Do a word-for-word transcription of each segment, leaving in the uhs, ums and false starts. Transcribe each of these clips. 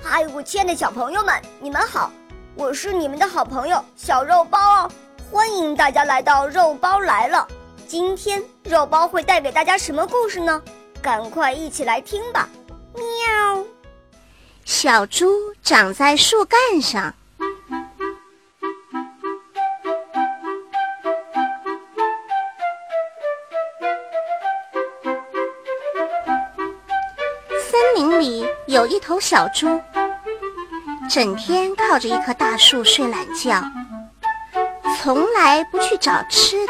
嗨，我亲爱的小朋友们，你们好，我是你们的好朋友小肉包哦，欢迎大家来到肉包来了。今天肉包会带给大家什么故事呢？赶快一起来听吧。喵。 小猪长在树干上。森林里有一头小猪，整天靠着一棵大树睡懒觉，从来不去找吃的。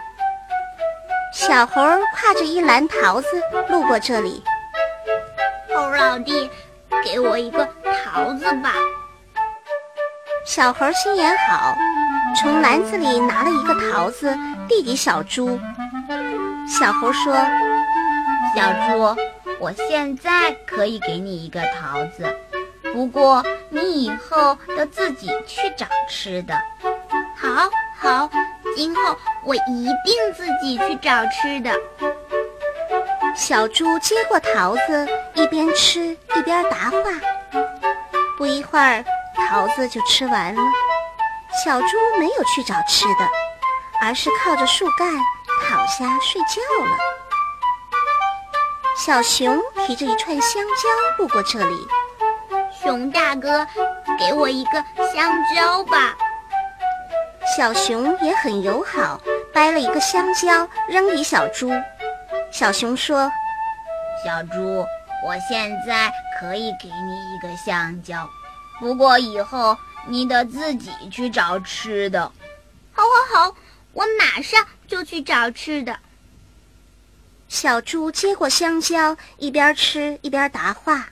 小猴挎着一篮桃子路过这里。 猴老弟，给我一个桃子吧。 小猴心眼好，从篮子里拿了一个桃子递给小猪。小猴说： 小猪，我现在可以给你一个桃子，不过你以后得自己去找吃的。好好，今后我一定自己去找吃的。 小猪接过桃子，一边吃一边答话。不一会儿，桃子就吃完了。小猪没有去找吃的，而是靠着树干躺下睡觉了。小熊提着一串香蕉路过这里。 熊大哥，给我一个香蕉吧。 小熊也很友好，掰了一个香蕉扔给小猪。小熊说： 小猪，我现在可以给你一个香蕉，不过以后你得自己去找吃的。好好好，我马上就去找吃的。 小猪接过香蕉，一边吃一边答话。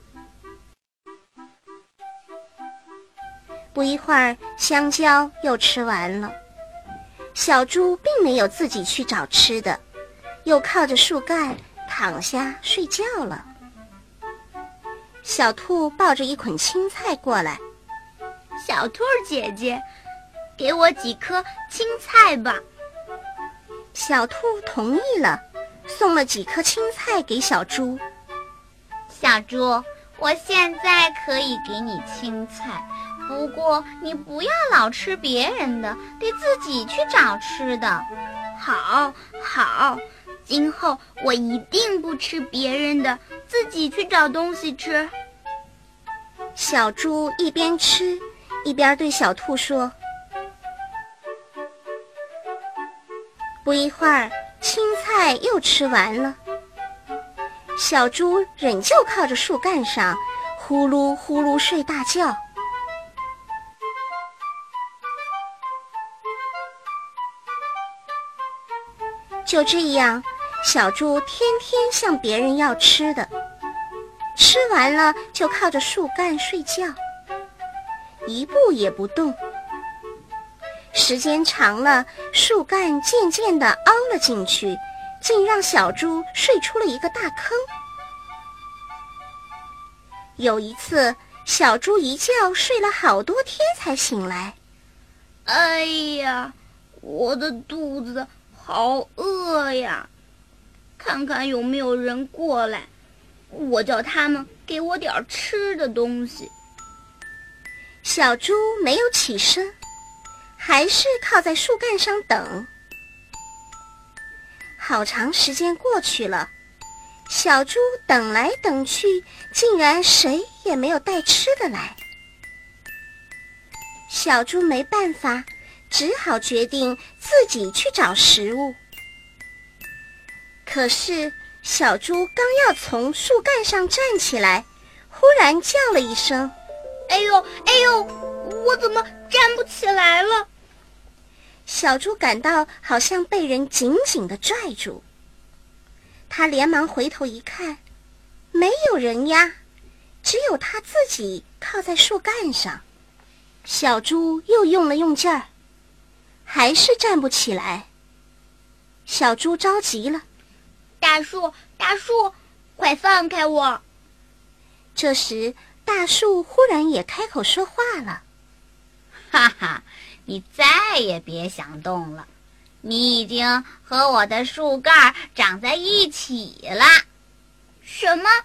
不一会儿，香蕉又吃完了。小猪并没有自己去找吃的，又靠着树干躺下睡觉了。小兔抱着一捆青菜过来。 小兔姐姐，给我几颗青菜吧。 小兔同意了，送了几颗青菜给小猪。 小猪，我现在可以给你青菜，不过你不要老吃别人的，得自己去找吃的。好，好，今后我一定不吃别人的，自己去找东西吃。 小猪一边吃一边对小兔说。不一会儿，青菜又吃完了。小猪仍旧靠着树干上呼噜呼噜睡大觉。就这样，小猪天天向别人要吃的，吃完了就靠着树干睡觉，一步也不动。时间长了，树干渐渐地凹了进去，竟让小猪睡出了一个大坑。有一次，小猪一觉睡了好多天才醒来。 哎呀，我的肚子好饿呀！看看有没有人过来，我叫他们给我点吃的东西。 小猪没有起身，还是靠在树干上等。好长时间过去了，小猪等来等去，竟然谁也没有带吃的来。小猪没办法，只好决定自己去找食物。可是小猪刚要从树干上站起来，忽然叫了一声： 哎呦哎呦，我怎么站不起来了？ 小猪感到好像被人紧紧地拽住。他连忙回头一看，没有人呀，只有他自己靠在树干上。小猪又用了用劲儿，还是站不起来。小猪着急了： 大树，大树，快放开我！ 这时，大树忽然也开口说话了： 哈哈，你再也别想动了，你已经和我的树干长在一起了。什么？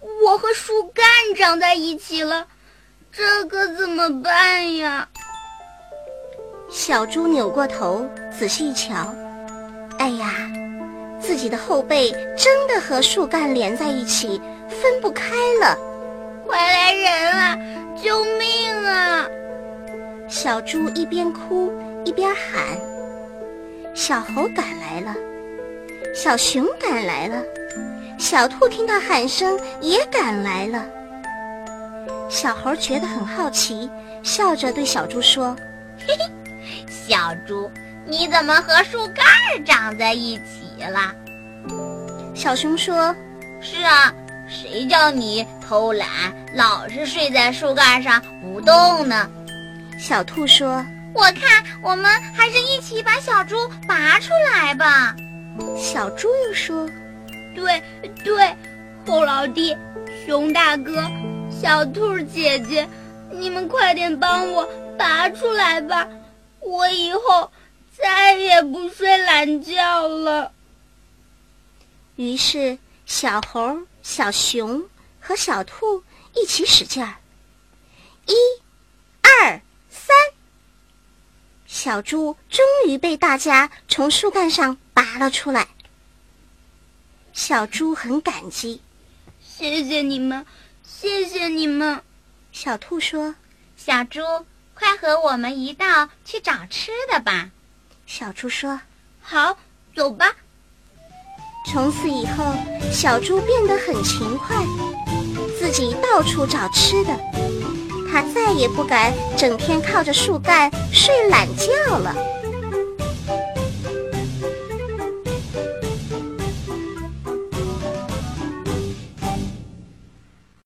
我和树干长在一起了，这可怎么办呀？ 小猪扭过头仔细一瞧，哎呀，自己的后背真的和树干连在一起，分不开了。 快来人啊！救命啊！ 小猪一边哭一边喊。小猴赶来了，小熊赶来了，小兔听到喊声也赶来了。小猴觉得很好奇，笑着对小猪说： 嘿嘿，小猪，你怎么和树干长在一起了？ 小熊说： 是啊，谁叫你偷懒，老是睡在树干上不动呢？ 小兔说： 我看我们还是一起把小猪拔出来吧。 小猪又说： 对对，猴老弟，熊大哥，小兔姐姐，你们快点帮我拔出来吧，我以后再也不睡懒觉了。 于是小猴、小熊和小兔一起使劲儿，一、二、三，小猪终于被大家从树干上拔了出来。小猪很感激， 谢谢你们，谢谢你们。 小兔说： 小猪，快和我们一道去找吃的吧。 小猪说： 好，走吧。 从此以后，小猪变得很勤快，自己到处找吃的。它再也不敢整天靠着树干睡懒觉了。